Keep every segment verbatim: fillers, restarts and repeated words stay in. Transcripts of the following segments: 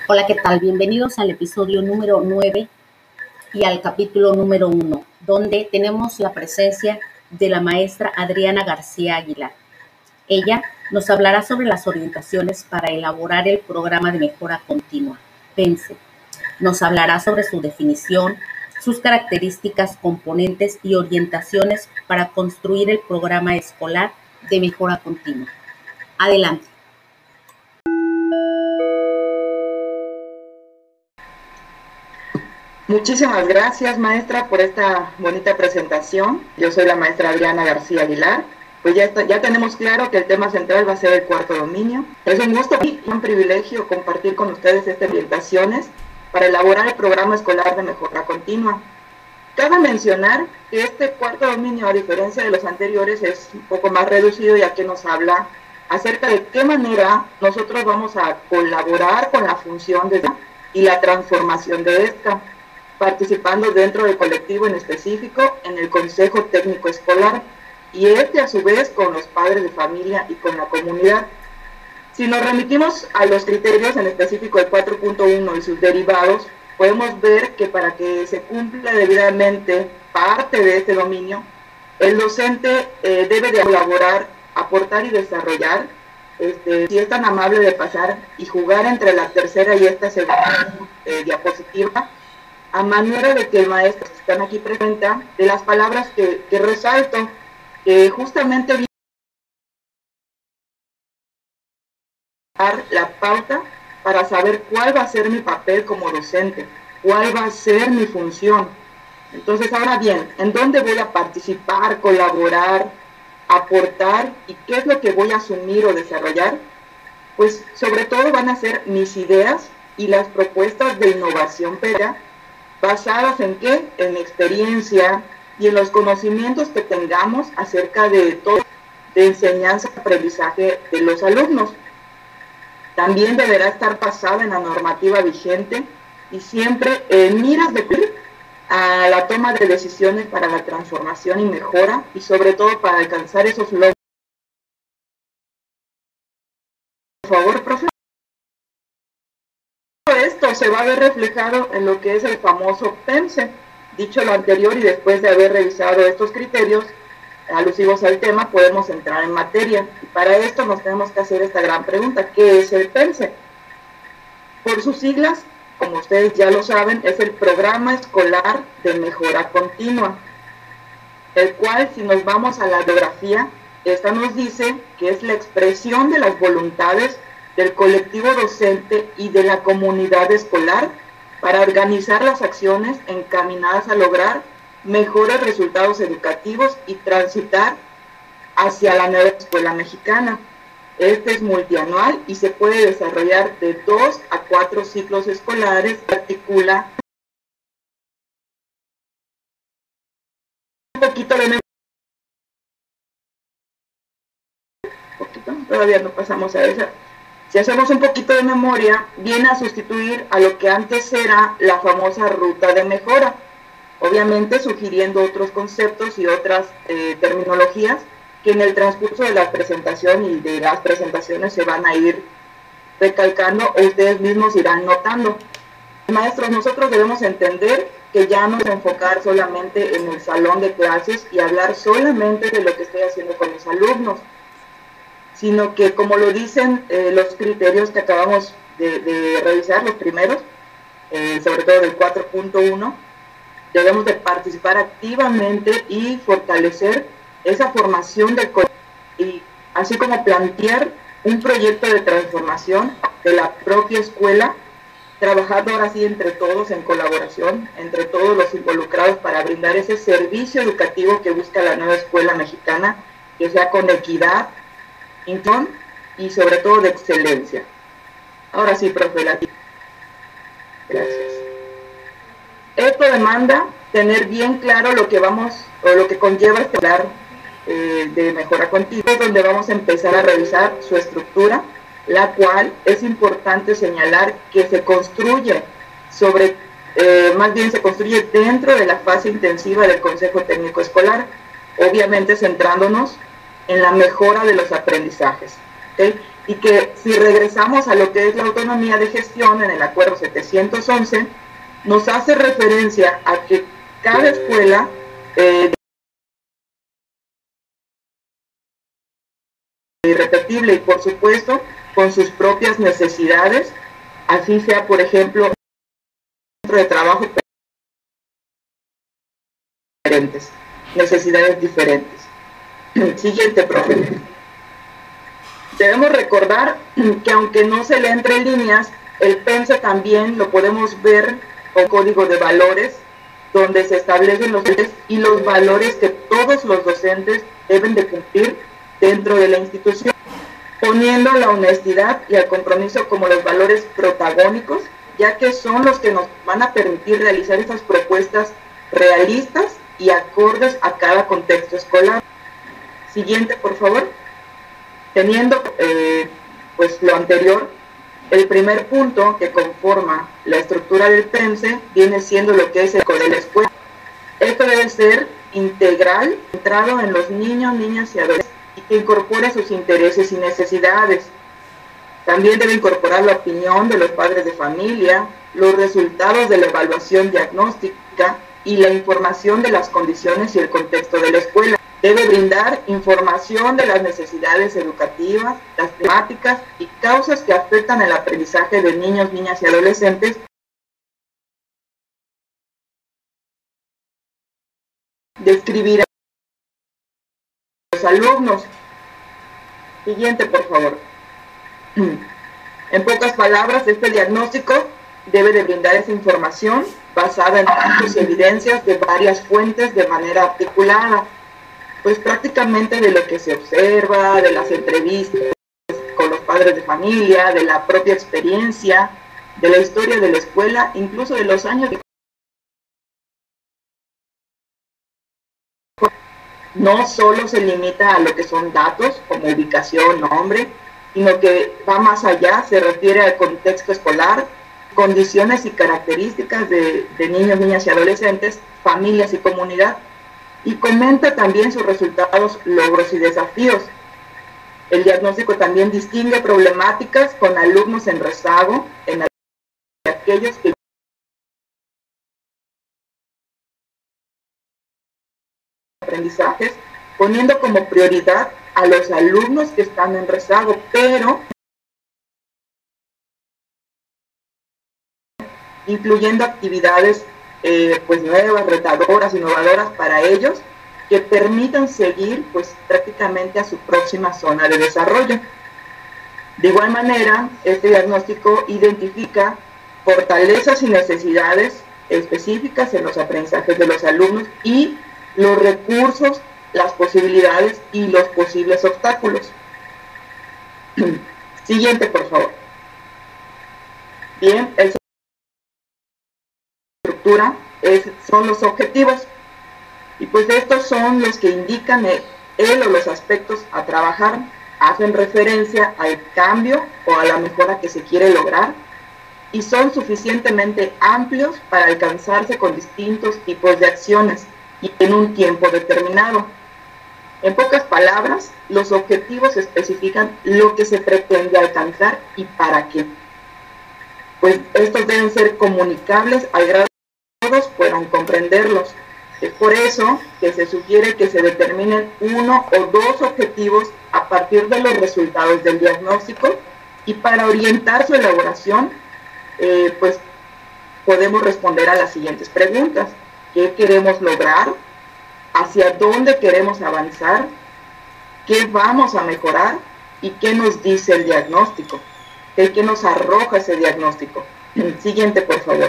Hola, ¿qué tal? Bienvenidos al episodio número nueve y al capítulo número uno, donde tenemos la presencia de la maestra Adriana García Aguilar. Ella nos hablará sobre las orientaciones para elaborar el programa de mejora continua, PEMSE. Nos hablará sobre su definición, sus características, componentes y orientaciones para construir el programa escolar de mejora continua. Adelante. Muchísimas gracias, maestra, por esta bonita presentación. Yo soy la maestra Adriana García Aguilar. Pues ya, está, ya tenemos claro que el tema central va a ser el cuarto dominio. Es un gusto y un privilegio compartir con ustedes estas orientaciones para elaborar el programa escolar de mejora continua. Cabe mencionar que este cuarto dominio, a diferencia de los anteriores, es un poco más reducido, ya que nos habla acerca de qué manera nosotros vamos a colaborar con la función de y la transformación de esta, participando dentro del colectivo en específico en el Consejo Técnico Escolar y este a su vez con los padres de familia y con la comunidad. Si nos remitimos a los criterios en específico del cuatro punto uno y sus derivados, podemos ver que para que se cumpla debidamente parte de este dominio, el docente eh, debe de colaborar, aportar y desarrollar, este, si es tan amable de pasar y jugar entre la tercera y esta segunda eh, diapositiva, a manera de que el maestro, que están aquí presentes, de las palabras que, que resalto, que justamente dar la pauta para saber cuál va a ser mi papel como docente, cuál va a ser mi función. Entonces, ahora bien, ¿en dónde voy a participar, colaborar, aportar y qué es lo que voy a asumir o desarrollar? Pues sobre todo van a ser mis ideas y las propuestas de innovación pedagógica, basadas en qué, en mi experiencia y en los conocimientos que tengamos acerca de todo, de enseñanza y aprendizaje de los alumnos. También deberá estar basada en la normativa vigente y siempre en miras de a la toma de decisiones para la transformación y mejora y sobre todo para alcanzar esos logros. Por favor, profe. Esto se va a ver reflejado en lo que es el famoso PEMSE. Dicho lo anterior y después de haber revisado estos criterios alusivos al tema, podemos entrar en materia. Y para esto nos tenemos que hacer esta gran pregunta: ¿qué es el PEMSE? Por sus siglas, como ustedes ya lo saben, es el Programa Escolar de Mejora Continua, el cual, si nos vamos a la bibliografía, esta nos dice que es la expresión de las voluntades del colectivo docente y de la comunidad escolar para organizar las acciones encaminadas a lograr mejores resultados educativos y transitar hacia la nueva escuela mexicana. Este es multianual y se puede desarrollar de dos a cuatro ciclos escolares, articula un poquito de memoria. Todavía no pasamos a esa. Si hacemos un poquito de memoria, viene a sustituir a lo que antes era la famosa ruta de mejora, obviamente sugiriendo otros conceptos y otras eh, terminologías que en el transcurso de la presentación y de las presentaciones se van a ir recalcando o ustedes mismos irán notando. Maestros, nosotros debemos entender que ya no es enfocar solamente en el salón de clases y hablar solamente de lo que estoy haciendo con mis alumnos, sino que, como lo dicen eh, los criterios que acabamos de, de revisar, los primeros, eh, sobre todo del cuatro punto uno, debemos de participar activamente y fortalecer esa formación del colectivo, y así como plantear un proyecto de transformación de la propia escuela, trabajando ahora sí entre todos en colaboración, entre todos los involucrados para brindar ese servicio educativo que busca la nueva escuela mexicana, que sea con equidad, y sobre todo de excelencia. Ahora sí, profe, la... Gracias. Esto demanda tener bien claro lo que vamos, o lo que conlleva este plan eh, de mejora continua, donde vamos a empezar a revisar su estructura, la cual es importante señalar que se construye sobre, eh, más bien se construye dentro de la fase intensiva del Consejo Técnico Escolar, obviamente centrándonos en la mejora de los aprendizajes. ¿Okay? y que si regresamos a lo que es la autonomía de gestión en el acuerdo setecientos once, nos hace referencia a que cada escuela eh, irrepetible y por supuesto con sus propias necesidades, así sea por ejemplo centro de trabajo diferentes, necesidades diferentes. Siguiente, profe. Debemos recordar que aunque no se lee entre líneas, el PENSE también lo podemos ver con código de valores, donde se establecen los y los valores que todos los docentes deben de cumplir dentro de la institución, poniendo la honestidad y el compromiso como los valores protagónicos, ya que son los que nos van a permitir realizar estas propuestas realistas y acordes a cada contexto escolar. Siguiente, por favor. Teniendo eh, pues lo anterior, el primer punto que conforma la estructura del PENSE viene siendo lo que es el código de la escuela. Esto debe ser integral, centrado en los niños, niñas y adolescentes, y que incorpore sus intereses y necesidades. También debe incorporar la opinión de los padres de familia, los resultados de la evaluación diagnóstica y la información de las condiciones y el contexto de la escuela. Debe brindar información de las necesidades educativas, las temáticas y causas que afectan el aprendizaje de niños, niñas y adolescentes. Describir a los alumnos. Siguiente, por favor. En pocas palabras, este diagnóstico debe de brindar esa información basada en datos y evidencias de varias fuentes de manera articulada, pues prácticamente de lo que se observa, de las entrevistas con los padres de familia, de la propia experiencia, de la historia de la escuela, incluso de los años de... No solo se limita a lo que son datos como ubicación, nombre, sino que va más allá, se refiere al contexto escolar, condiciones y características de, de niños, niñas y adolescentes, familias y comunidad, y comenta también sus resultados, logros y desafíos. El diagnóstico también distingue problemáticas con alumnos en rezago, en aquellos que aprendizajes, poniendo como prioridad a los alumnos que están en rezago, pero incluyendo actividades eh, pues nuevas, retadoras, innovadoras para ellos, que permitan seguir pues prácticamente a su próxima zona de desarrollo. De igual manera, este diagnóstico identifica fortalezas y necesidades específicas en los aprendizajes de los alumnos y los recursos, las posibilidades y los posibles obstáculos. Siguiente, por favor. Bien, el estructura es, son los objetivos, y pues estos son los que indican el, el o los aspectos a trabajar, hacen referencia al cambio o a la mejora que se quiere lograr y son suficientemente amplios para alcanzarse con distintos tipos de acciones y en un tiempo determinado. En pocas palabras, los objetivos especifican lo que se pretende alcanzar y para qué. Pues estos deben ser comunicables al grado que todos puedan comprenderlos. Es por eso que se sugiere que se determinen uno o dos objetivos a partir de los resultados del diagnóstico y para orientar su elaboración, eh, pues podemos responder a las siguientes preguntas. ¿Qué queremos lograr? ¿Hacia dónde queremos avanzar? ¿Qué vamos a mejorar? ¿Y qué nos dice el diagnóstico? ¿Qué, qué nos arroja ese diagnóstico? Siguiente, por favor.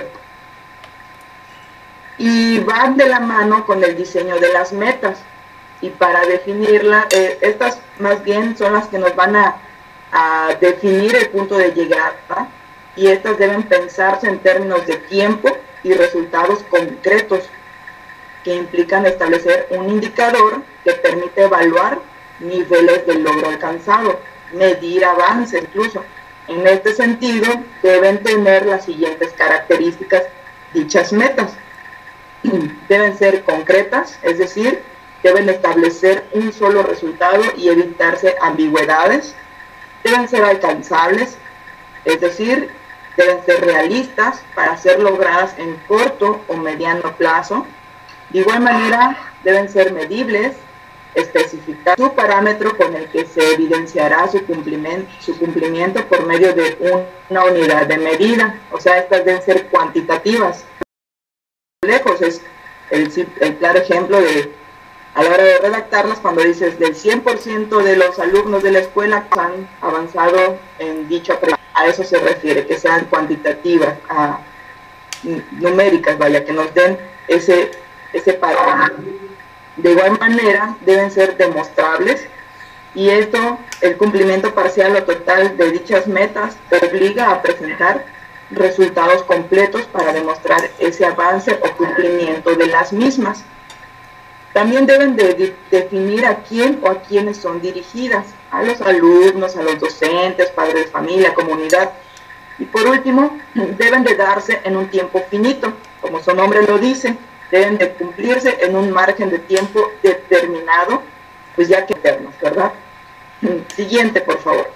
Y van de la mano con el diseño de las metas. Y para definirla, eh, estas más bien son las que nos van a, a definir el punto de llegada, ¿no? Y estas deben pensarse en términos de tiempo y resultados concretos, que implican establecer un indicador que permite evaluar niveles de logro alcanzado, medir avances incluso. En este sentido, deben tener las siguientes características dichas metas. Deben ser concretas, es decir, deben establecer un solo resultado y evitarse ambigüedades. deben ser alcanzables, es decir, deben ser realistas para ser logradas en corto o mediano plazo. De igual manera, deben ser medibles, especificar su parámetro con el que se evidenciará su cumplimiento, su cumplimiento por medio de una unidad de medida. O sea, estas deben ser cuantitativas. Lejos es el, el claro ejemplo de, a la hora de redactarlas, cuando dices del cien por ciento de los alumnos de la escuela han avanzado en dicho aprendizaje. A eso se refiere, que sean cuantitativas, a, numéricas, vaya, que nos den ese, ese parámetro. De igual manera, deben ser demostrables, y esto, el cumplimiento parcial o total de dichas metas, obliga a presentar resultados completos para demostrar ese avance o cumplimiento de las mismas. También deben de, de definir a quién o a quiénes son dirigidas, a los alumnos, a los docentes, padres de familia, comunidad. Y por último, deben de darse en un tiempo finito, como su nombre lo dice, deben de cumplirse en un margen de tiempo determinado, pues ya que eternos, ¿verdad? Siguiente, por favor.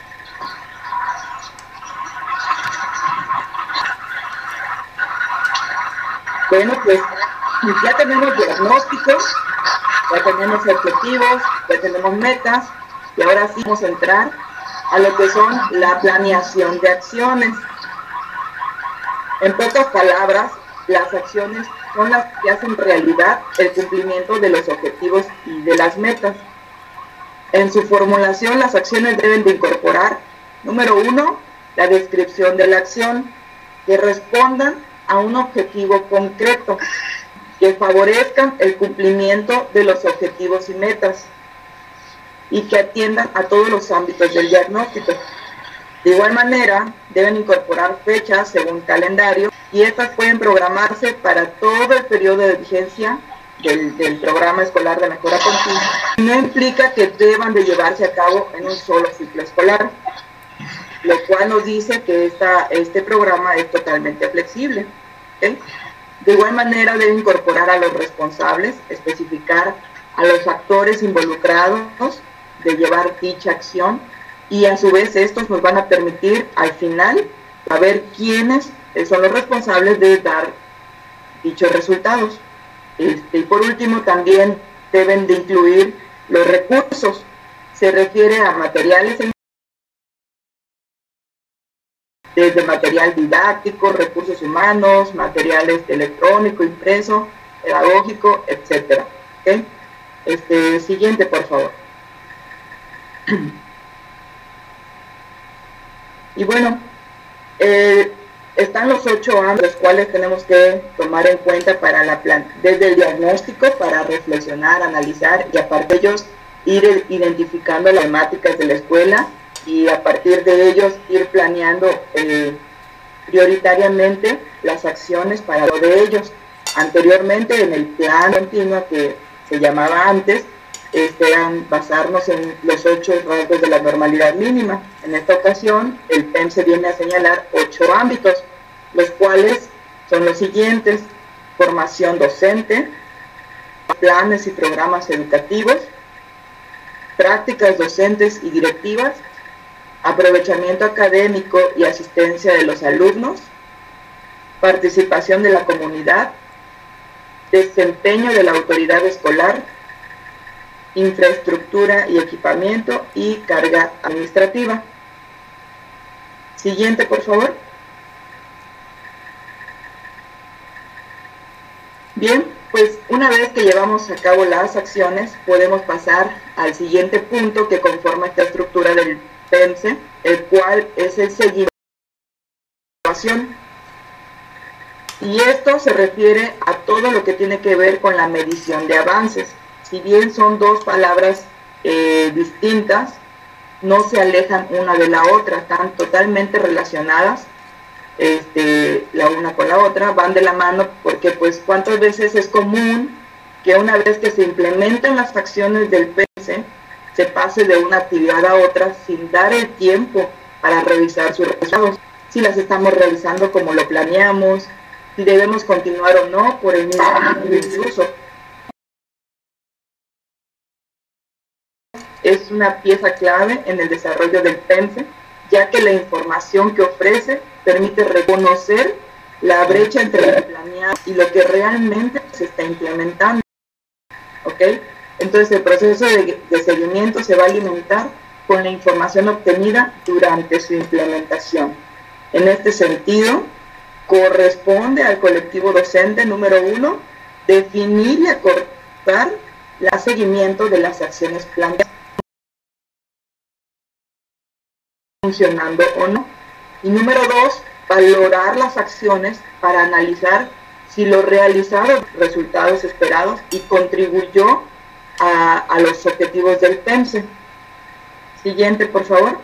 Bueno, pues ya tenemos diagnósticos, ya tenemos objetivos, ya tenemos metas, y ahora sí vamos a entrar a lo que son la planeación de acciones. En pocas palabras, las acciones son las que hacen realidad el cumplimiento de los objetivos y de las metas. En su formulación, las acciones deben de incorporar, número uno, la descripción de la acción, que respondan a un objetivo concreto, que favorezcan el cumplimiento de los objetivos y metas, y que atiendan a todos los ámbitos del diagnóstico. De igual manera, deben incorporar fechas según calendario, y estas pueden programarse para todo el periodo de vigencia del, del programa escolar de mejora continua. No implica que deban de llevarse a cabo en un solo ciclo escolar, lo cual nos dice que esta, este programa es totalmente flexible. ¿Okay? De igual manera, debe incorporar a los responsables, especificar a los actores involucrados de llevar dicha acción, y a su vez estos nos van a permitir al final saber quiénes son los responsables de dar dichos resultados. Este, y por último, también deben de incluir los recursos. Se refiere a materiales en desde material didáctico, recursos humanos, materiales electrónico, impreso, pedagógico, etcétera. ¿Okay? Este, siguiente, por favor. Y bueno, eh, están los ocho ámbitos los cuales tenemos que tomar en cuenta para la plan, desde el diagnóstico para reflexionar, analizar, y aparte de ellos ir identificando las temáticas de la escuela, y a partir de ellos ir planeando eh, prioritariamente las acciones para lo de ellos. Anteriormente, en el plan continuo que se llamaba antes, este, eran basarnos en los ocho rasgos de la normalidad mínima. En esta ocasión, el P E M se viene a señalar ocho ámbitos, los cuales son los siguientes: formación docente, planes y programas educativos, prácticas docentes y directivas, aprovechamiento académico y asistencia de los alumnos, participación de la comunidad, desempeño de la autoridad escolar, infraestructura y equipamiento, y carga administrativa. Siguiente, por favor. Bien, pues una vez que llevamos a cabo las acciones, podemos pasar al siguiente punto que conforma esta estructura del P E M C, el cual es el seguimiento de la evaluación. Y esto se refiere a todo lo que tiene que ver con la medición de avances. Si bien son dos palabras eh, distintas, no se alejan una de la otra, están totalmente relacionadas, este, la una con la otra, van de la mano, porque pues cuántas veces es común que una vez que se implementan las acciones del P E M C, se pase de una actividad a otra sin dar el tiempo para revisar sus resultados, si las estamos realizando como lo planeamos, si debemos continuar o no por el mismo incluso. es una pieza clave en el desarrollo del PEMSE, ya que la información que ofrece permite reconocer la brecha entre lo planeado y lo que realmente se está implementando. ¿Ok? Entonces el proceso de, de seguimiento se va a alimentar con la información obtenida durante su implementación. En este sentido, corresponde al colectivo docente número uno definir y acordar el seguimiento de las acciones planteadas, funcionando o no. Y número dos, valorar las acciones para analizar si lo realizado resultados esperados y contribuyó a, a los objetivos del PEMSE. Siguiente, por favor.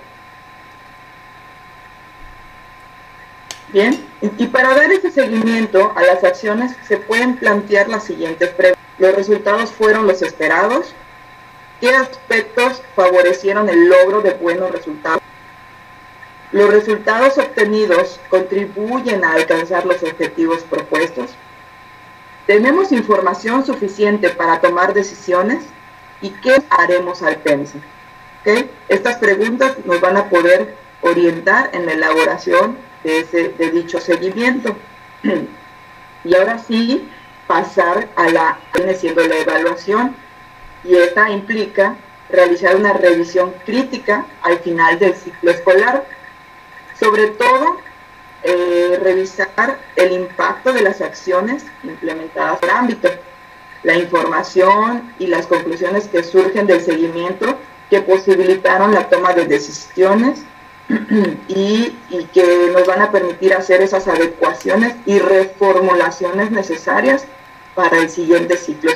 Bien, y para dar ese seguimiento a las acciones se pueden plantear las siguientes preguntas. ¿Los resultados fueron los esperados? ¿Qué aspectos favorecieron el logro de buenos resultados? ¿Los resultados obtenidos contribuyen a alcanzar los objetivos propuestos? ¿Tenemos información suficiente para tomar decisiones? ¿Y qué haremos al PEMSE? ¿Okay? Estas preguntas nos van a poder orientar en la elaboración de, ese, de dicho seguimiento. Y ahora sí, pasar a la que viene siendo la evaluación. Y esta implica realizar una revisión crítica al final del ciclo escolar. Sobre todo, eh, revisar el impacto de las acciones implementadas por ámbito, la información y las conclusiones que surgen del seguimiento que posibilitaron la toma de decisiones y, y que nos van a permitir hacer esas adecuaciones y reformulaciones necesarias para el siguiente ciclo.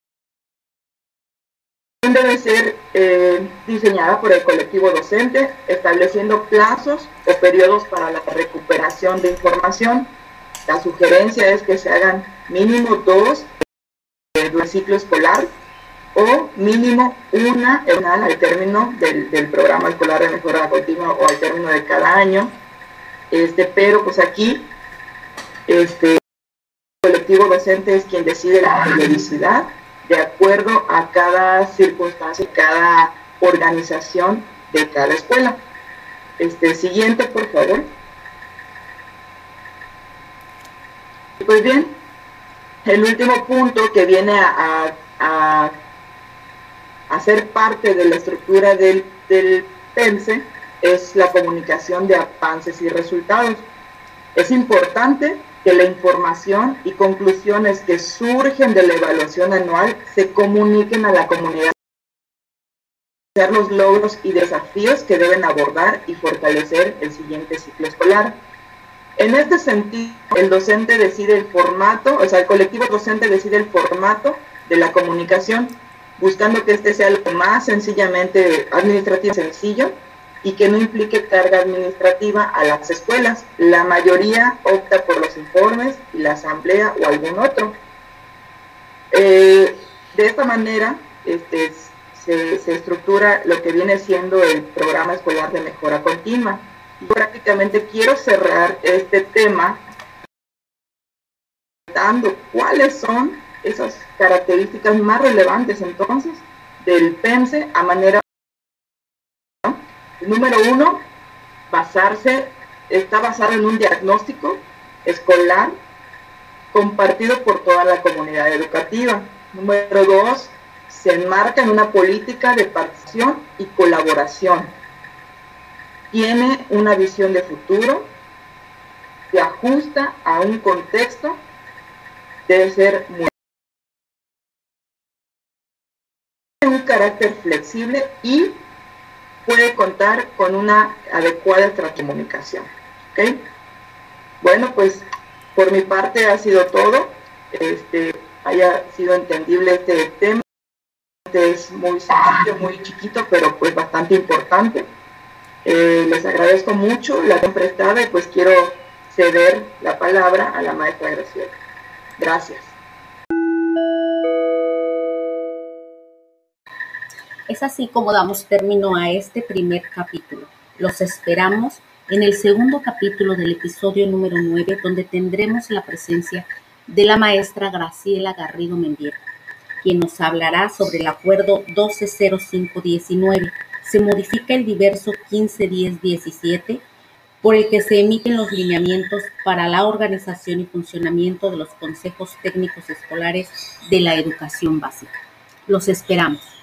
Debe ser eh, diseñada por el colectivo docente, estableciendo plazos o periodos para la recuperación de información. La sugerencia es que se hagan mínimo dos eh, del ciclo escolar o mínimo una al término del, del programa escolar de mejora continua o al término de cada año. Este, pero pues aquí este, el colectivo docente es quien decide la periodicidad de acuerdo a cada circunstancia, cada organización de cada escuela. Este, siguiente, por favor. Pues bien, el último punto que viene a, a, a ser parte de la estructura del, del PEMSE es la comunicación de avances y resultados. Es importante que la información y conclusiones que surgen de la evaluación anual se comuniquen a la comunidad, los logros y desafíos que deben abordar y fortalecer el siguiente ciclo escolar. En este sentido, el docente decide el formato, o sea, el colectivo docente decide el formato de la comunicación, buscando que este sea lo más sencillamente administrativo sencillo y que no implique carga administrativa a las escuelas. La mayoría opta por los informes y la asamblea o algún otro. Eh, de esta manera este, se, se estructura lo que viene siendo el programa escolar de mejora continua. Y prácticamente quiero cerrar este tema dando cuáles son esas características más relevantes entonces del PEMSE a manera. Número uno, basarse, está basado en un diagnóstico escolar compartido por toda la comunidad educativa. Número dos, se enmarca en una política de participación y colaboración. Tiene una visión de futuro, se ajusta a un contexto, debe ser muy un carácter flexible y puede contar con una adecuada estrategia de comunicación. ¿Okay? Bueno, pues por mi parte ha sido todo. Este, haya sido entendible este tema. Es muy sencillo, muy chiquito, pero pues bastante importante. Eh, les agradezco mucho la atención prestada y pues quiero ceder la palabra a la maestra Graciela. Gracias. Es así como damos término a este primer capítulo. Los esperamos en el segundo capítulo del episodio número nueve, donde tendremos la presencia de la maestra Graciela Garrido Mendieta. quien nos hablará sobre el Acuerdo doce cero cinco diecinueve. Se modifica el diverso quince diez diecisiete, por el que se emiten los lineamientos para la organización y funcionamiento de los consejos técnicos escolares de la educación básica. Los esperamos.